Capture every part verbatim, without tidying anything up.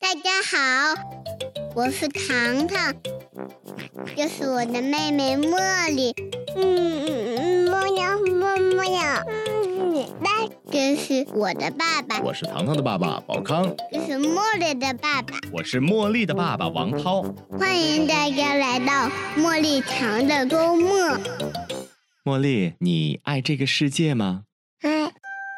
大家好，我是糖糖，这是我的妹妹茉莉。嗯，茉莉，茉莉，嗯，那这是我的爸爸， 我是糖糖的爸爸宝康， 这是茉莉的爸爸， 我是茉莉的爸爸王涛。 欢迎大家来到茉莉糖的周末。 茉莉，你爱这个世界吗？ 爱。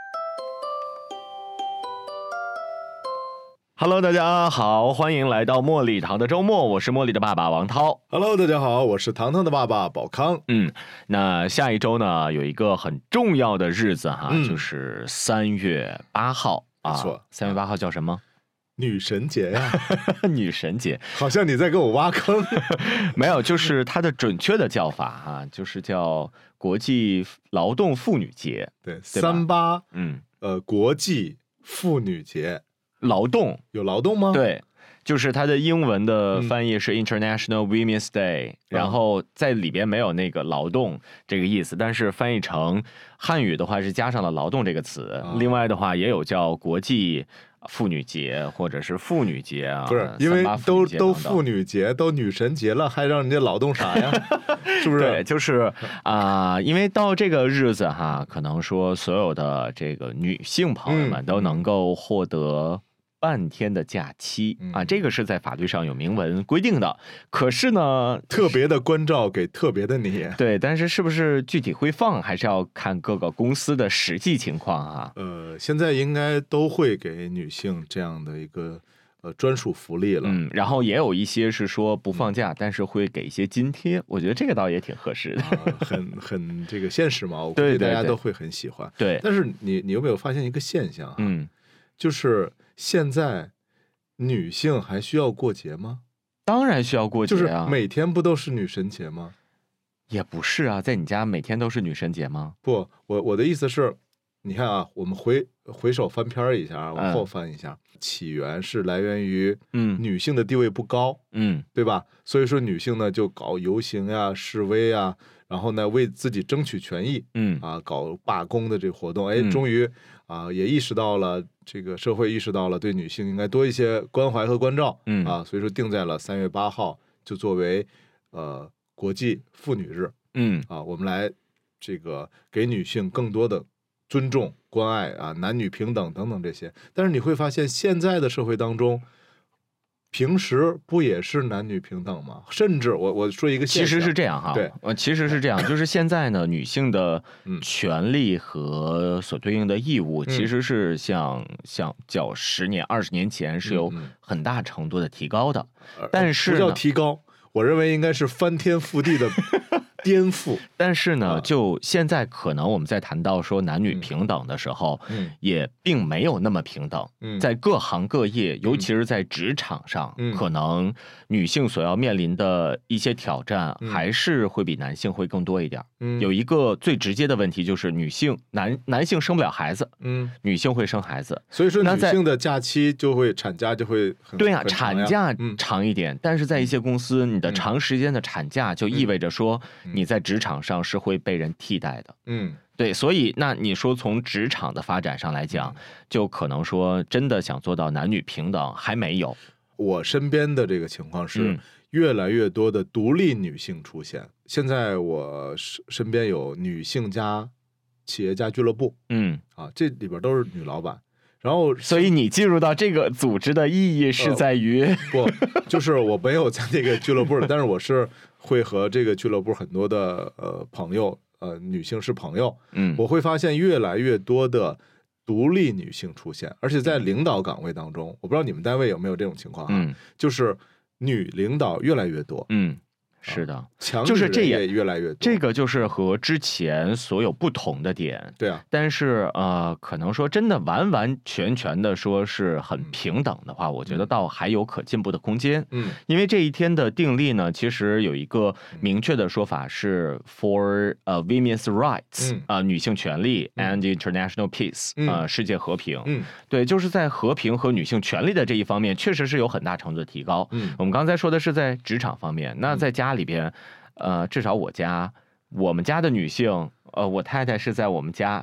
Hello， 大家好，欢迎来到茉莉糖的周末，我是茉莉的爸爸王涛。 Hello， 大家好，我是糖糖的爸爸宝康。 嗯，那下一周呢，有一个很重要的日子哈， 嗯、 就是三月八号啊。 没错， 三月八号叫什么？ 女神节呀、 啊，女神节， 好像你在给我挖坑。 没有，就是它的准确的叫法哈、啊，就是叫国际劳动妇女节。 对，三八， 嗯， 呃，国际妇女节。 劳动有劳动吗？ 对，就是它的英文的翻译是 International Women's Day，、嗯、然后在里边没有那个劳动这个意思，但是翻译成汉语的话是加上了劳动这个词。嗯、另外的话也有叫国际妇女节或者是妇女节啊， 不是因为都都妇女节都女神节了，还让人家劳动啥呀？是不是？ 对，就是啊、呃，因为到这个日子哈，可能说所有的这个女性朋友们都能够获得半天的假期、嗯、啊，这个是在法律上有明文规定的。可是呢， 特别的关照给特别的你。 对，但是是不是具体会放，还是要看各个公司的实际情况啊。 呃，现在应该都会给女性这样的一个呃专属福利了。 嗯，然后也有一些是说不放假，嗯、但是会给一些津贴。我觉得这个倒也挺合适的， 啊、很很这个现实嘛，我估计大家都会很喜欢。 对， 但是你你有没有发现一个现象、啊？ 嗯， 就是现在女性还需要过节吗？ 当然需要过节啊， 就是每天不都是女神节吗？ 也不是啊，在你家每天都是女神节吗？ 不，我我的意思是，你看啊，我们回回首翻篇一下，往后翻一下，嗯、起源是来源于嗯女性的地位不高， 嗯， 对吧？所以说女性呢就搞游行呀、示威啊，然后呢为自己争取权益， 嗯啊，搞罢工的这个活动，哎，终于啊也意识到了这个社会意识到了对女性应该多一些关怀和关照， 嗯啊，所以说定在了三月八号，就作为呃国际妇女日， 嗯啊，我们来这个给女性更多的尊重、关爱啊，男女平等等等这些。但是你会发现，现在的社会当中，平时不也是男女平等吗？甚至我我说一个现象， 其实是这样哈， 对， 呃，其实是这样，就是现在呢，女性的权利和所对应的义务， 嗯、 其实是像像较十年、二十年前是有很大程度的提高的， 嗯、 但是不叫提高，我认为应该是翻天覆地的颠覆。 但是呢，就现在可能我们在谈到说男女平等的时候， 嗯、 也并没有那么平等。 嗯、 在各行各业，尤其是在职场上， 嗯、 可能女性所要面临的一些挑战， 嗯、 还是会比男性会更多一点。 嗯、 有一个最直接的问题就是女性男男性生不了孩子， 嗯， 女性会生孩子， 所以说女性的假期就会产假就会很对呀、 啊， 产假长一点，嗯、但是在一些公司，你的长时间的产假就意味着说你在职场上是会被人替代的。 嗯， 对，所以那你说从职场的发展上来讲，就可能说真的想做到男女平等还没有。 我身边的这个情况是越来越多的独立女性出现。嗯、现在我身边有女性家企业家俱乐部， 嗯啊，这里边都是女老板。然后， 所以你进入到这个组织的意义是在于、呃、 不，就是我没有在那个俱乐部，但是我是会和这个俱乐部很多的呃朋友，呃女性是朋友， 嗯， 我会发现越来越多的独立女性出现，而且在领导岗位当中，我不知道你们单位有没有这种情况啊？ 嗯， 就是女领导越来越多， 嗯。是的， 强就是这也越来越多， 这个就是和之前所有不同的点。 对啊， 但是呃，可能说真的完完全全的说是很平等的话，嗯、我觉得倒还有可进步的空间。 嗯， 因为这一天的订立呢，其实有一个明确的说法是 for 呃、uh, women's rights 啊、 嗯呃、女性权利 and international peace 啊、 嗯呃、世界和平。 嗯， 对，就是在和平和女性权利的这一方面，确实是有很大程度的提高。 嗯， 我们刚才说的是在职场方面，那在家里边，呃，至少我家，我们家的女性，呃，我太太是在我们家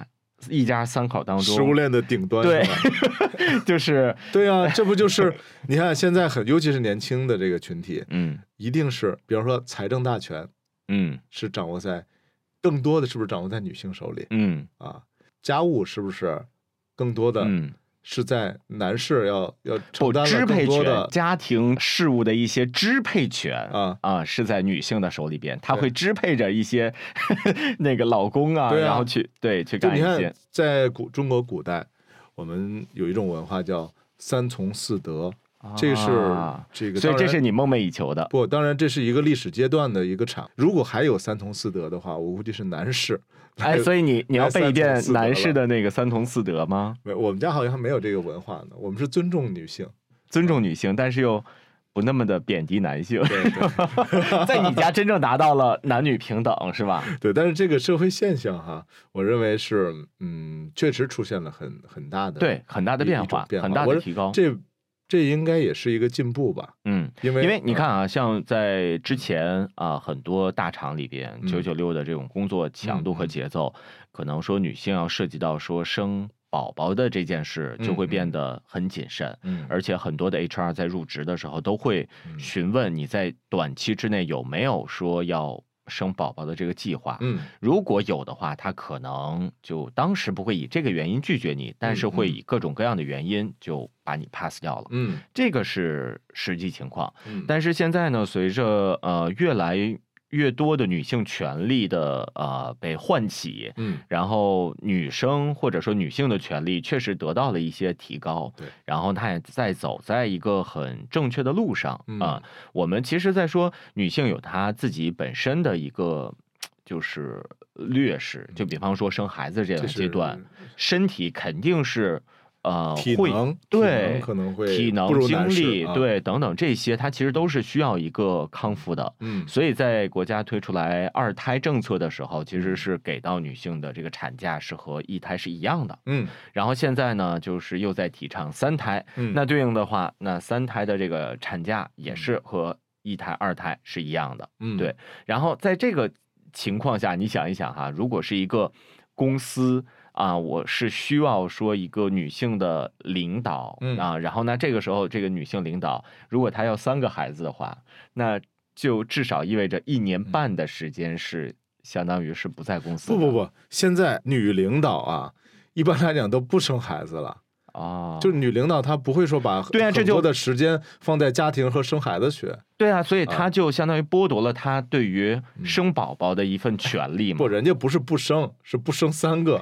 一家三口当中食物链的顶端， 对是就是对啊，这不就是你看现在很尤其是年轻的这个群体， 嗯一定是比方说财政大权嗯是掌握在更多的是不是掌握在女性手里嗯啊？家务是不是更多的嗯。 是在男士要要承不担了支配权更多的， 家庭事务的一些支配权啊啊是在女性的手里边，她会支配着一些那个老公啊， 对啊然后去对去就你看干一些， 在古中国古代，我们有一种文化叫三从四德，这是啊这个， 所以这当然是你梦寐以求的。 不，当然这是一个历史阶段的一个产。如果还有三从四德的话，我估计是男士。 哎，所以你你要背一遍来三从四德了男士的那个三从四德吗？ 没有我们家好像还没有这个文化呢，我们是尊重女性， 尊重女性，但是又不那么的贬低男性。 对对在你家真正达到了男女平等，是吧？ 对。但是这个社会现象哈，我认为是嗯，确实出现了很很大的对，很大的变化， 一种变化很大我的提高。 这这应该也是一个进步吧？ 嗯， 因为因为你看啊，像在之前啊，很多大厂里边嗯九九六的这种工作强度和节奏，可能说女性要涉及到说生宝宝的这件事，就会变得很谨慎。 嗯， 而且很多的 H R 在入职的时候都会嗯询问你在短期之内有没有说要生宝宝的这个计划。 嗯如果有的话，他可能就当时不会以这个原因拒绝你，但是会以各种各样的原因就把你 pass 掉了。 嗯这个是实际情况。 嗯， 但是现在呢，随着呃越来越多的女性权利的呃被唤起， 嗯然后女生或者说女性的权利确实得到了一些提高， 对， 然后她也在走在一个很正确的路上啊、 嗯呃我们其实在说女性有她自己本身的一个就是劣势，就比方说生孩子这样这是阶段，身体肯定是。呃，会体能对体能可能会体能不如精男士力、 啊对等等这些，它其实都是需要一个康复的。 嗯所以在国家推出来二胎政策的时候，其实是给到女性的这个产假是和一胎是一样的。 嗯然后现在呢，就是又在提倡三胎， 嗯， 那对应的话，那三胎的这个产假也是和一胎、二胎是一样的。 嗯对，然后在这个情况下，你想一想哈，如果是一个公司。啊，我是需要说一个女性的领导、 嗯、 啊，然后呢，这个时候这个女性领导，如果她要三个孩子的话，那就至少意味着一年半的时间是相当于是不在公司的。 不不不，现在女领导啊，一般来讲都不生孩子了。 哦， 就是女领导她不会说把对啊，这就很多的时间放在家庭和生孩子学。 对啊，所以她就相当于剥夺了她对于生宝宝的一份权利嘛。 不，人家不是不生，是不生三个。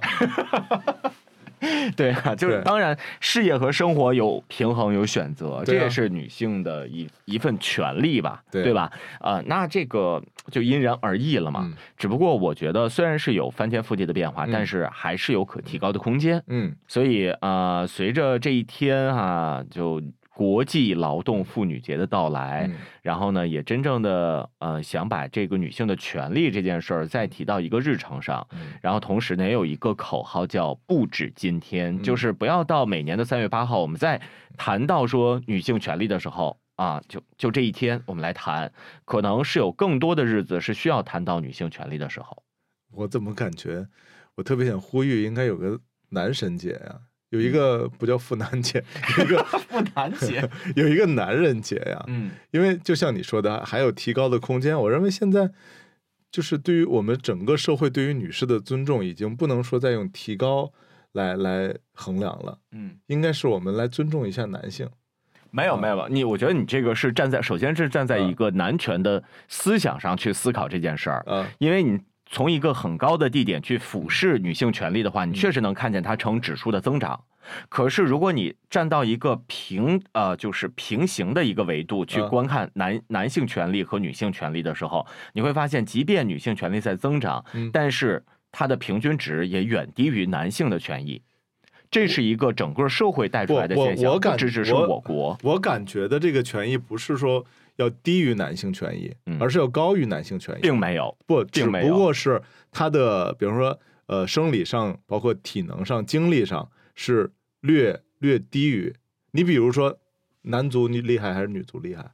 对啊，就是当然，事业和生活有平衡，有选择，这也是女性的一一份权利吧， 对对吧？呃，那这个就因人而异了嘛。 嗯、 只不过我觉得，虽然是有翻天覆地的变化， 嗯、 但是还是有可提高的空间。 嗯， 所以呃，随着这一天哈、啊，就。国际劳动妇女节的到来， 嗯、 然后呢，也真正的呃想把这个女性的权利这件事儿再提到一个日程上， 嗯、 然后同时呢，也有一个口号叫“不止今天”， 嗯、 就是不要到每年的三月八号，我们在谈到说女性权利的时候啊，就就这一天我们来谈，可能是有更多的日子是需要谈到女性权利的时候。 我怎么感觉，我特别想呼吁，应该有个男神节呀、啊。有一个不叫妇男节，有一个妇男节， 有一个男人节呀。 嗯， 因为就像你说的，还有提高的空间。我认为现在就是对于我们整个社会对于女士的尊重，已经不能说再用提高来来衡量了。 嗯， 应该是我们来尊重一下男性。 没有没有，你我觉得你这个是站在首先是站在一个男权的思想上去思考这件事儿， 啊， 因为你。从一个很高的地点去俯视女性权利的话，你确实能看见它呈指数的增长。可是如果你站到一个平呃就是平行的一个维度去观看男、嗯、男性权利和女性权利的时候，你会发现，即便女性权利在增长， 嗯、 但是它的平均值也远低于男性的权益。这是一个整个社会带出来的现象， 我我感不只只是我国。 我感觉的这个权益不是说要低于男性权益， 嗯、 而是要高于男性权益， 并没有， 不， 并没有， 只不过是他的，比如说呃，生理上，包括体能上、精力上是略略低于你。比如说，男足你厉害还是女足厉害？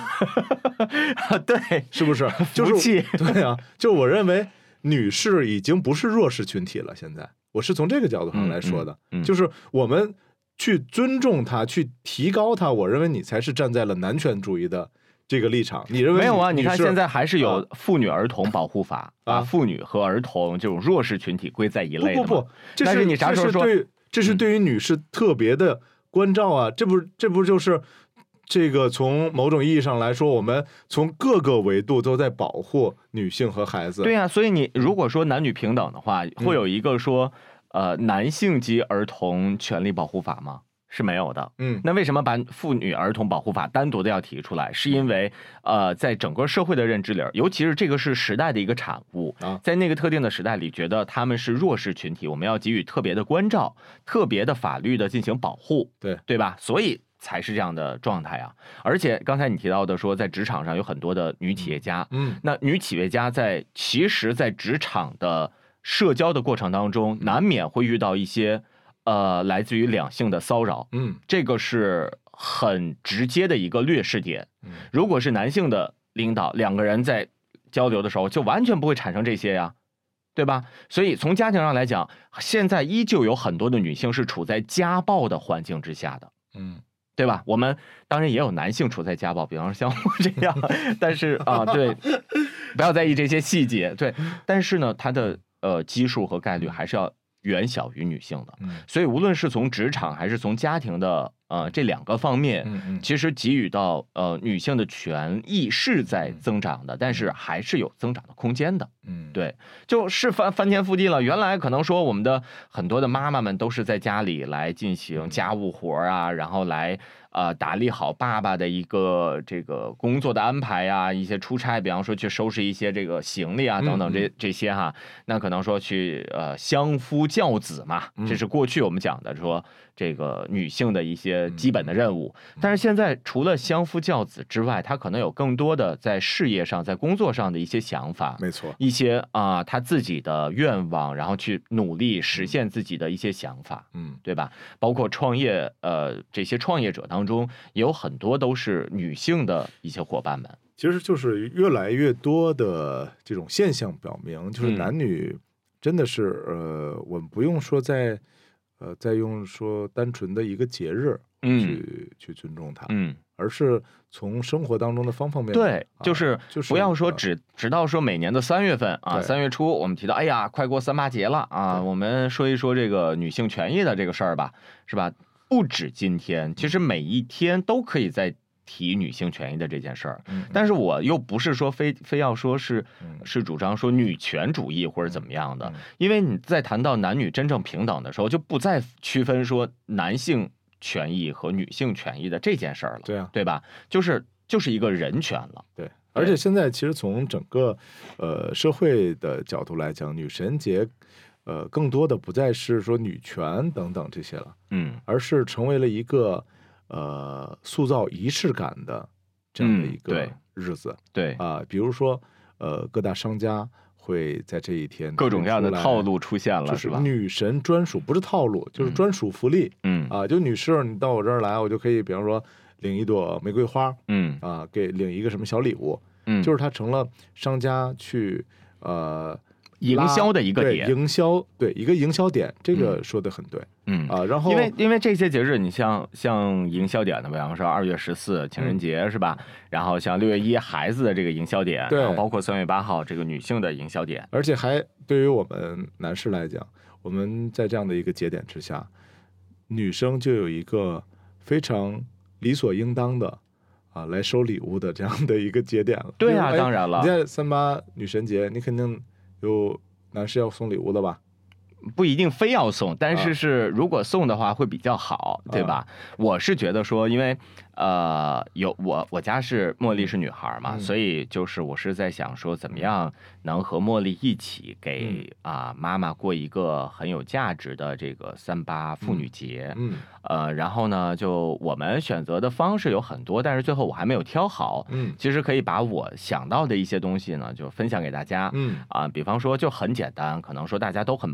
对， 是不是？就是对啊，就我认为女士已经不是弱势群体了，现在。 我是从这个角度上来说的， 嗯嗯嗯、 就是我们去尊重他，去提高他，我认为你才是站在了男权主义的这个立场。你认为没有啊？ 你看现在还是有妇女儿童保护法， 啊， 把妇女和儿童这种弱势群体归在一类的。 不不不，这是但是你啥时候说？ 这是对，这是对于女士特别的关照啊！嗯、这不这不就是这个从某种意义上来说，我们从各个维度都在保护女性和孩子。 对啊，所以你如果说男女平等的话，会有一个说。嗯呃，男性及儿童权利保护法吗？是没有的。 嗯， 那为什么把妇女儿童保护法单独的要提出来？是因为呃，在整个社会的认知里，尤其是这个是时代的一个产物， 啊、 在那个特定的时代里，觉得他们是弱势群体，我们要给予特别的关照、特别的法律的进行保护， 对对吧？所以才是这样的状态啊。而且刚才你提到的说，在职场上有很多的女企业家， 嗯， 那女企业家在其实，在职场的社交的过程当中，难免会遇到一些呃来自于两性的骚扰， 嗯， 这个是很直接的一个劣势点。如果是男性的领导，两个人在交流的时候，就完全不会产生这些呀，对吧？所以从家庭上来讲，现在依旧有很多的女性是处在家暴的环境之下的， 嗯。 对吧？我们当然也有男性处在家暴，比方说像我这样，但是啊，对，不要在意这些细节，对。但是呢，它的呃基数和概率还是要远小于女性的， 嗯、 所以无论是从职场还是从家庭的呃这两个方面， 嗯嗯、 其实给予到呃女性的权益是在增长的，但是还是有增长的空间的。 嗯， 对，就是翻翻天覆地了。原来可能说我们的很多的妈妈们都是在家里来进行家务活啊，然后来呃打理好爸爸的一个这个工作的安排呀，一些出差，比方说去收拾一些这个行李啊等等这这些哈，那可能说去呃相夫教子嘛，这是过去我们讲的说这个女性的一些基本的任务。但是现在除了相夫教子之外，她可能有更多的在事业上、在工作上的一些想法， 没错， 一些啊、呃、她自己的愿望，然后去努力实现自己的一些想法， 嗯， 对吧？包括创业，呃，这些创业者当中也有很多都是女性的一些伙伴们。 其实就是越来越多的这种现象表明，就是男女真的是、嗯、呃，我们不用说在呃再用说单纯的一个节日去、嗯、去尊重它， 嗯，而是从生活当中的方方面面， 对，就是不要说只直到说每年的三月份啊，三月初我们提到，哎呀，快过三八节了啊，我们说一说这个女性权益的这个事儿吧，是吧？不止今天，其实每一天都可以在提女性权益的这件事儿， 嗯、 但是我又不是说非非要说是、 嗯、 是主张说女权主义或者怎么样的， 嗯、 因为你在谈到男女真正平等的时候，就不再区分说男性权益和女性权益的这件事儿了， 对啊， 对吧？就是就是一个人权了， 对。而且现在其实从整个呃社会的角度来讲，女神节呃更多的不再是说女权等等这些了， 嗯， 而是成为了一个呃塑造仪式感的这样的一个日子， 嗯、对啊、 呃，比如说呃各大商家会在这一天各种各样的套路出现了， 就是女神专属，不是套路，就是专属福利， 嗯啊、呃，就女士你到我这儿来，我就可以比方说领一朵玫瑰花， 嗯啊、呃，给领一个什么小礼物， 嗯， 就是它成了商家去呃营销的一个点， 营销对一个营销点，这个说的很对， 嗯啊，然后因为因为这些节日，你像像营销点的，比方说二月十四情人节、嗯、是吧？然后像六月一孩子的这个营销点， 对， 然后包括三月八号这个女性的营销点， 而且还对于我们男士来讲，我们在这样的一个节点之下，女生就有一个非常理所应当的啊来收礼物的这样的一个节点了。 对啊，当然了， 你在三八女神节，你肯定有男士要送礼物的吧？ 不一定非要送，但是是如果送的话会比较好，啊、对吧？我是觉得说，因为呃，有我我家是茉莉是女孩嘛、嗯，所以就是我是在想说，怎么样能和茉莉一起给啊、呃、妈妈过一个很有价值的这个三八妇女节。 嗯， 呃，然后呢，就我们选择的方式有很多，但是最后我还没有挑好。 嗯， 其实可以把我想到的一些东西呢，就分享给大家。 嗯， 啊、呃，比方说就很简单，可能说大家都很忙碌。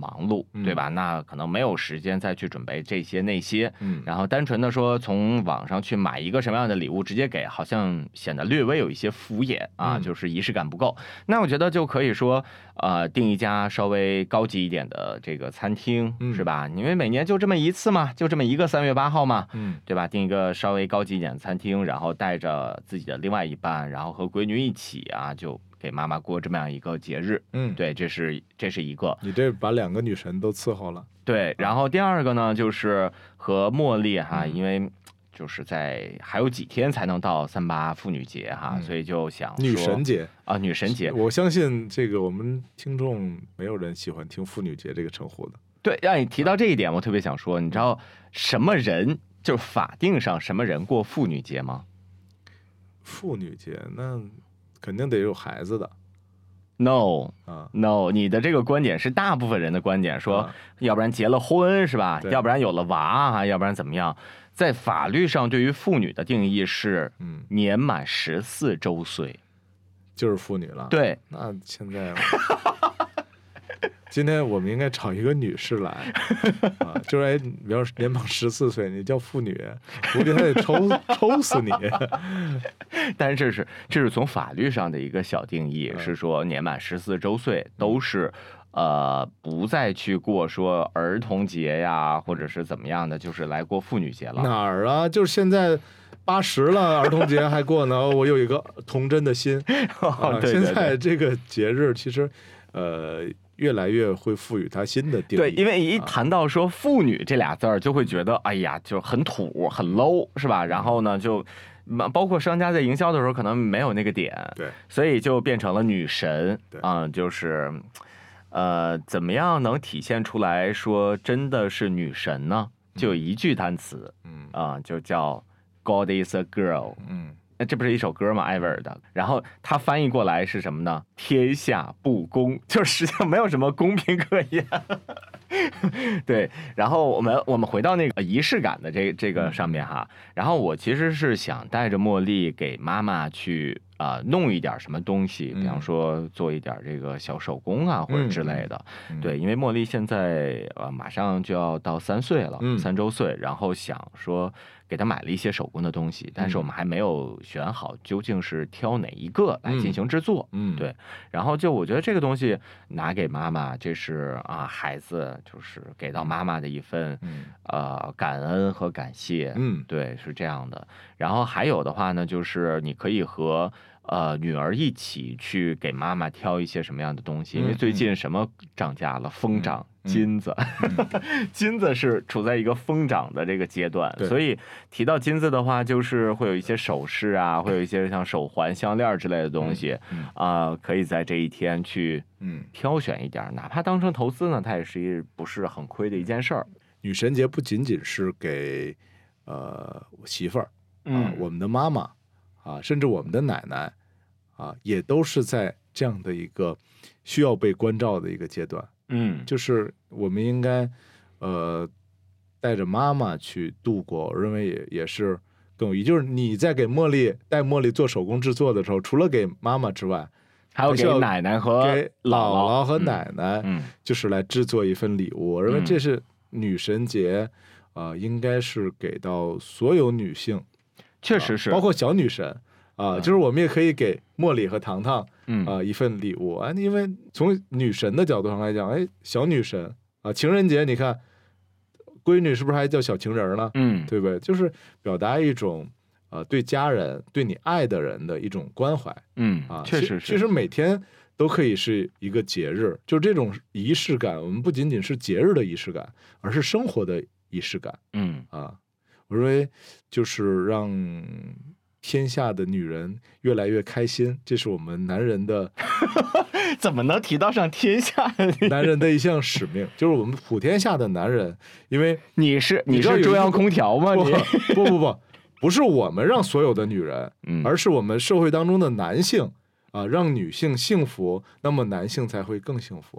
务， 嗯、 对吧？那可能没有时间再去准备这些那些， 嗯， 然后单纯的说从网上去买一个什么样的礼物直接给，好像显得略微有一些敷衍啊， 嗯、 就是仪式感不够。那我觉得就可以说，呃，订一家稍微高级一点的这个餐厅， 嗯、 是吧？因为每年就这么一次嘛，就这么一个三月八号嘛， 嗯， 对吧？订一个稍微高级一点的餐厅，然后带着自己的另外一半，然后和闺女一起啊，就给妈妈过这么样一个节日。 嗯， 对，这是这是一个。 你这把两个女神都伺候了。 对，然后第二个呢，就是和茉莉哈， 嗯、 因为就是在还有几天才能到三八妇女节哈， 嗯、 所以就想女神节啊，女神节。 我相信这个我们听众没有人喜欢听妇女节这个称呼的。 对，让你提到这一点，我特别想说，你知道什么人就是法定上什么人过妇女节吗？ 妇女节那肯定得有孩子的。 No 啊 No， 你的这个观点是大部分人的观点，说、 啊、 要不然结了婚是吧？要不然有了娃啊，要不然怎么样？在法律上，对于妇女的定义是， 嗯， 年满十四周岁， 就是妇女了。 对， 那现在。今天我们应该找一个女士来啊，就是哎，你要是年满十四岁，你叫妇女，估计他得抽抽死你。 但是这是这是从法律上的一个小定义， 嗯、 是说年满十四周岁都是呃不再去过说儿童节呀，或者是怎么样的，就是来过妇女节了。 哪儿啊？就是现在。八十了，儿童节还过呢。我有一个童真的心。 哦、对对对现在这个节日其实，呃，越来越会赋予它新的定义。 对，因为一谈到说妇女这俩字儿，就会觉得哎呀，就很土、很 low， 是吧？然后呢，就包括商家在营销的时候，可能没有那个点， 对， 所以就变成了女神啊、 嗯， 就是。呃，怎么样能体现出来说真的是女神呢？就有一句单词， 嗯啊、呃，就叫 God is a girl， 嗯， 那这不是一首歌吗？艾薇儿的，然后它翻译过来是什么呢？天下不公，就实际上没有什么公平可言。对，然后我们我们回到那个仪式感的这这个上面哈，然后我其实是想带着茉莉给妈妈去啊、呃、弄一点什么东西，比方说做一点这个小手工啊或者之类的。 嗯、 对，因为茉莉现在呃马上就要到三岁了， 嗯、 三周岁，然后想说给她买了一些手工的东西，但是我们还没有选好究竟是挑哪一个来进行制作。 嗯， 对，然后就我觉得这个东西拿给妈妈，这是啊孩子就是给到妈妈的一份、 嗯、 呃感恩和感谢。 嗯， 对，是这样的。然后还有的话呢，就是你可以和呃女儿一起去给妈妈挑一些什么样的东西，因为最近什么涨价了，疯涨。金子，嗯、金子是处在一个疯涨的这个阶段，所以提到金子的话，就是会有一些首饰啊，会有一些像手环、项链之类的东西，啊、 嗯呃，可以在这一天去嗯挑选一点，哪怕当成投资呢，它也是一不是很亏的一件事儿。 女神节不仅仅是给呃媳妇儿啊、 嗯， 我们的妈妈啊，甚至我们的奶奶啊，也都是在这样的一个需要被关照的一个阶段。 嗯， 就是我们应该，呃，带着妈妈去度过，我认为也也是更有意义。就是你在给茉莉带茉莉做手工制作的时候，除了给妈妈之外， 还有给奶奶和给姥姥姥和奶奶， 嗯， 就是来制作一份礼物。我认为这是女神节，啊、呃，应该是给到所有女性， 确实是， 呃、包括小女神。啊，就是我们也可以给茉莉和糖糖， 嗯啊、呃、一份礼物啊，因为从女神的角度上来讲，哎，小女神啊，情人节你看，闺女是不是还叫小情人呢？ 嗯， 对不对？就是表达一种呃对家人、对你爱的人的一种关怀。 嗯啊， 确实是。 其实每天都可以是一个节日，就这种仪式感，我们不仅仅是节日的仪式感，而是生活的仪式感。 嗯啊，我认为就是让天下的女人越来越开心，这是我们男人的怎么能提到上天下的男人的一项使命，就是我们普天下的男人，因为你是你你是中央空调吗？ 不你不不不，不是我们让所有的女人， 嗯， 而是我们社会当中的男性啊，让女性幸福，那么男性才会更幸福。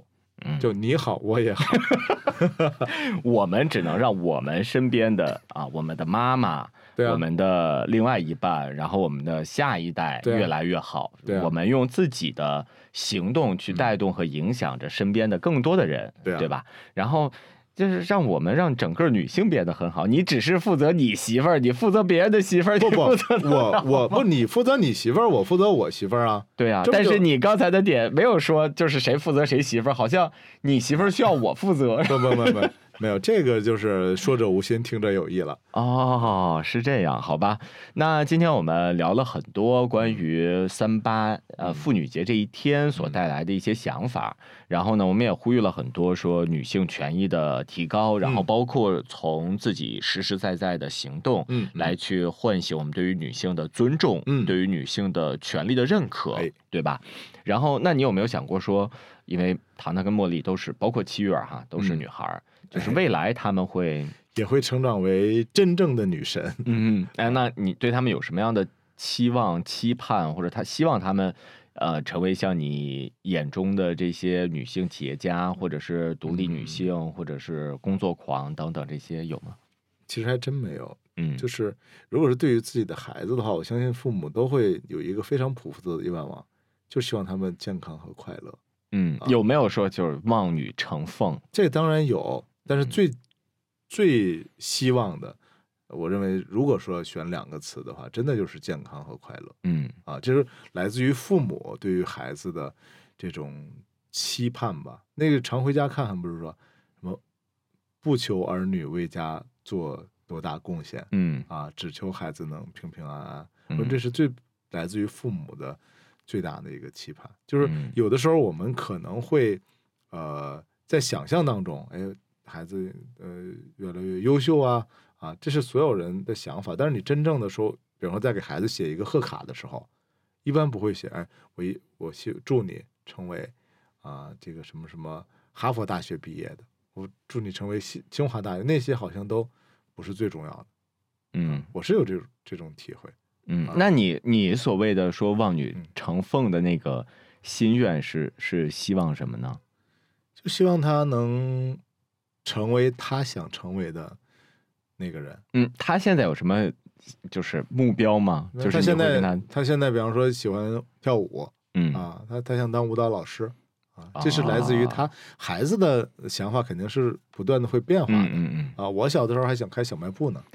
嗯， 就你好我也好。 我们只能让我们身边的啊，我们的妈妈。 对啊， 我们的另外一半，然后我们的下一代越来越好。 对啊， 我们用自己的行动去带动和影响着身边的更多的人， 对啊， 对吧？然后就是让我们让整个女性变得很好。你只是负责你媳妇儿，你负责别人的媳妇儿， 不不， 我我不，你负责你媳妇儿，我负责我媳妇儿啊。 对啊，但是你刚才的点没有说就是谁负责谁媳妇儿，好像你媳妇儿需要我负责。 不不不不。没有，这个就是说者无心，听者有意了。 哦，是这样，好吧。那今天我们聊了很多关于三八呃妇女节这一天所带来的一些想法，然后呢，我们也呼吁了很多说女性权益的提高，然后包括从自己实实在在的行动， 嗯， 来去唤醒我们对于女性的尊重， 嗯， 对于女性的权利的认可， 哎， 对吧？然后，那你有没有想过说，因为糖糖跟茉莉都是，包括七月哈，都是女孩。嗯，就是未来他们会也会成长为真正的女神。 嗯，哎，那你对他们有什么样的期望、期盼，或者他希望他们呃成为像你眼中的这些女性企业家，或者是独立女性，嗯，或者是工作狂等等，这些有吗？ 其实还真没有。 嗯， 就是如果是对于自己的孩子的话，我相信父母都会有一个非常朴素的愿望，就希望他们健康和快乐。 嗯，啊，有没有说就是望女成凤？ 这当然有。但是最、嗯、最希望的，我认为如果说选两个词的话，真的就是健康和快乐。 嗯， 啊，这是来自于父母对于孩子的这种期盼吧。那个常回家看看不是说什么不求儿女为家做多大贡献， 嗯啊，只求孩子能平平安安。嗯，说这是最来自于父母的最大的一个期盼。就是有的时候我们可能会呃在想象当中，哎。孩子呃越来越优秀啊啊，这是所有人的想法。但是你真正的说，比方说在给孩子写一个贺卡的时候，一般不会写哎，我一我希祝你成为啊这个什么什么哈佛大学毕业的，我祝你成为清清华大学，那些好像都不是最重要的。 嗯， 我是有这种这种体会。 嗯，啊，那你你所谓的说望女成凤的那个心愿是是希望什么呢？ 就希望他能成为他想成为的那个人。 嗯，他现在有什么就是目标吗？就是他现在他他现在比方说喜欢跳舞， 嗯啊，他他想当舞蹈老师啊，这是来自于他孩子的想法，肯定是不断的会变化的。 嗯嗯啊，我小的时候还想开小卖部呢。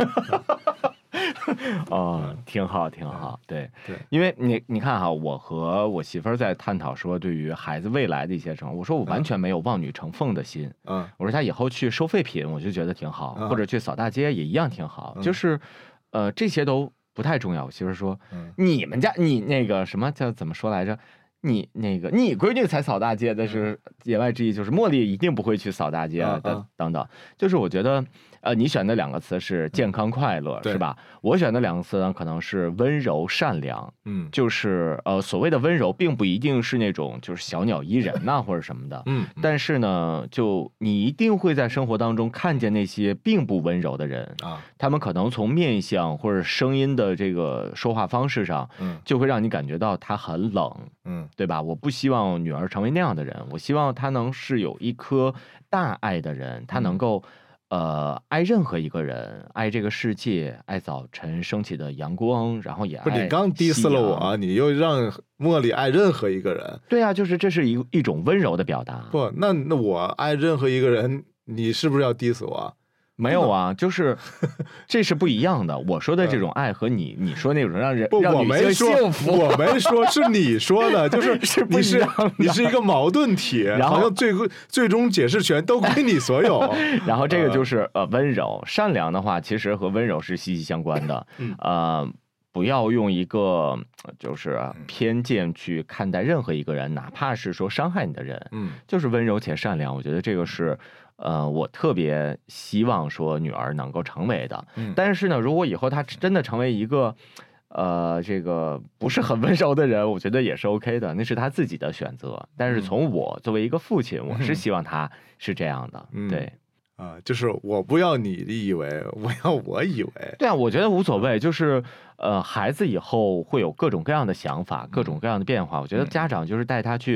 哦，挺好，挺好，对对， 因为你你看哈，我和我媳妇儿在探讨说，对于孩子未来的一些什么，我说我完全没有望女成凤的心， 嗯， 我说他以后去收废品，我就觉得挺好， 嗯、 或者去扫大街也一样挺好， 嗯、 就是，呃，这些都不太重要。我媳妇儿说， 嗯， 你们家你那个什么叫怎么说来着？你那个你闺女才扫大街，但是言外之意就是茉莉一定不会去扫大街的、嗯、等等，就是我觉得。呃，你选的两个词是健康快乐， 嗯、 是吧？我选的两个词呢，可能是温柔善良。 嗯， 就是呃，所谓的温柔，并不一定是那种就是小鸟依人呐、啊、或者什么的。 嗯， 但是呢，就你一定会在生活当中看见那些并不温柔的人啊， 他们可能从面相或者声音的这个说话方式上， 嗯， 就会让你感觉到他很冷， 嗯， 对吧？我不希望女儿成为那样的人，我希望她能是有一颗大爱的人，她能够。呃，爱任何一个人，爱这个世界，爱早晨升起的阳光，然后也爱。 不是你刚 diss 了我，你又让茉莉爱任何一个人。 对啊，就是这是一一种温柔的表达。 不，那那我爱任何一个人，你是不是要 diss 我？ 没有啊，就是这是不一样的。我说的这种爱和你你说那种让人不， 让女性幸福， 我没说，是你说的，就是是你是你是一个矛盾体， 然后好像最最终解释权都归你所有。 然后这个就是呃温柔善良的话，其实和温柔是息息相关的。呃，不要用一个就是偏见去看待任何一个人，哪怕是说伤害你的人， 嗯， 就是温柔且善良。我觉得这个是。呃，我特别希望说女儿能够成为的， 嗯， 但是呢，如果以后她真的成为一个，呃，这个不是很温柔的人，我觉得也是 OK 的，那是她自己的选择。但是从我作为一个父亲，我是希望她是这样的， 嗯、 对， 啊，就是我不要你以为，我要我以为。 对啊，我觉得无所谓，就是呃，孩子以后会有各种各样的想法，各种各样的变化，我觉得家长就是带他去。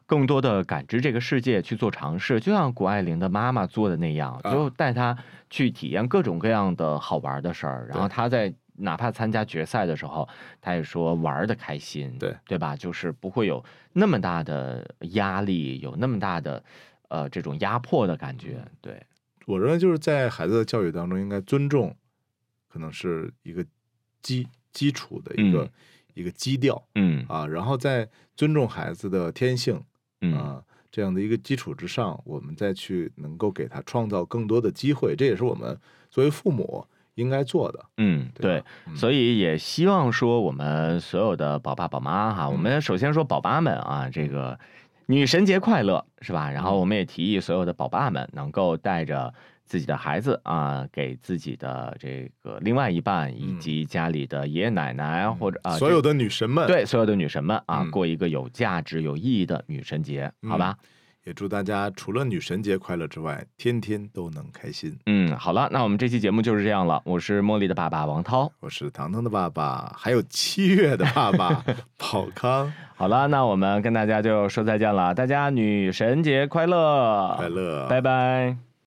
更多的感知这个世界，去做尝试，就像谷爱凌的妈妈做的那样，就带她去体验各种各样的好玩的事儿，然后她在哪怕参加决赛的时候，她也说玩的开心， 对对吧？就是不会有那么大的压力，有那么大的呃这种压迫的感觉。对， 我认为就是在孩子的教育当中，应该尊重，可能是一个基基础的一个、嗯、一个基调， 嗯啊，然后在尊重孩子的天性， 嗯啊。这样的一个基础之上，我们再去能够给他创造更多的机会，这也是我们作为父母应该做的。 嗯，对， 对嗯、 所以也希望说我们所有的宝爸宝妈哈，嗯、我们首先说宝爸们啊，这个女神节快乐是吧？然后我们也提议所有的宝爸们能够带着自己的孩子啊，给自己的这个另外一半以及家里的爷爷奶奶、嗯、或者啊所有的女神们， 对所有的女神们啊、 嗯， 过一个有价值有意义的女神节，好吧？ 嗯，也祝大家除了女神节快乐之外，天天都能开心。 嗯，好了，那我们这期节目就是这样了。我是茉莉的爸爸王涛， 我是糖糖的爸爸，还有七月的爸爸宝康。 好了，那我们跟大家就说再见了，大家女神节快乐， 快乐， 拜拜。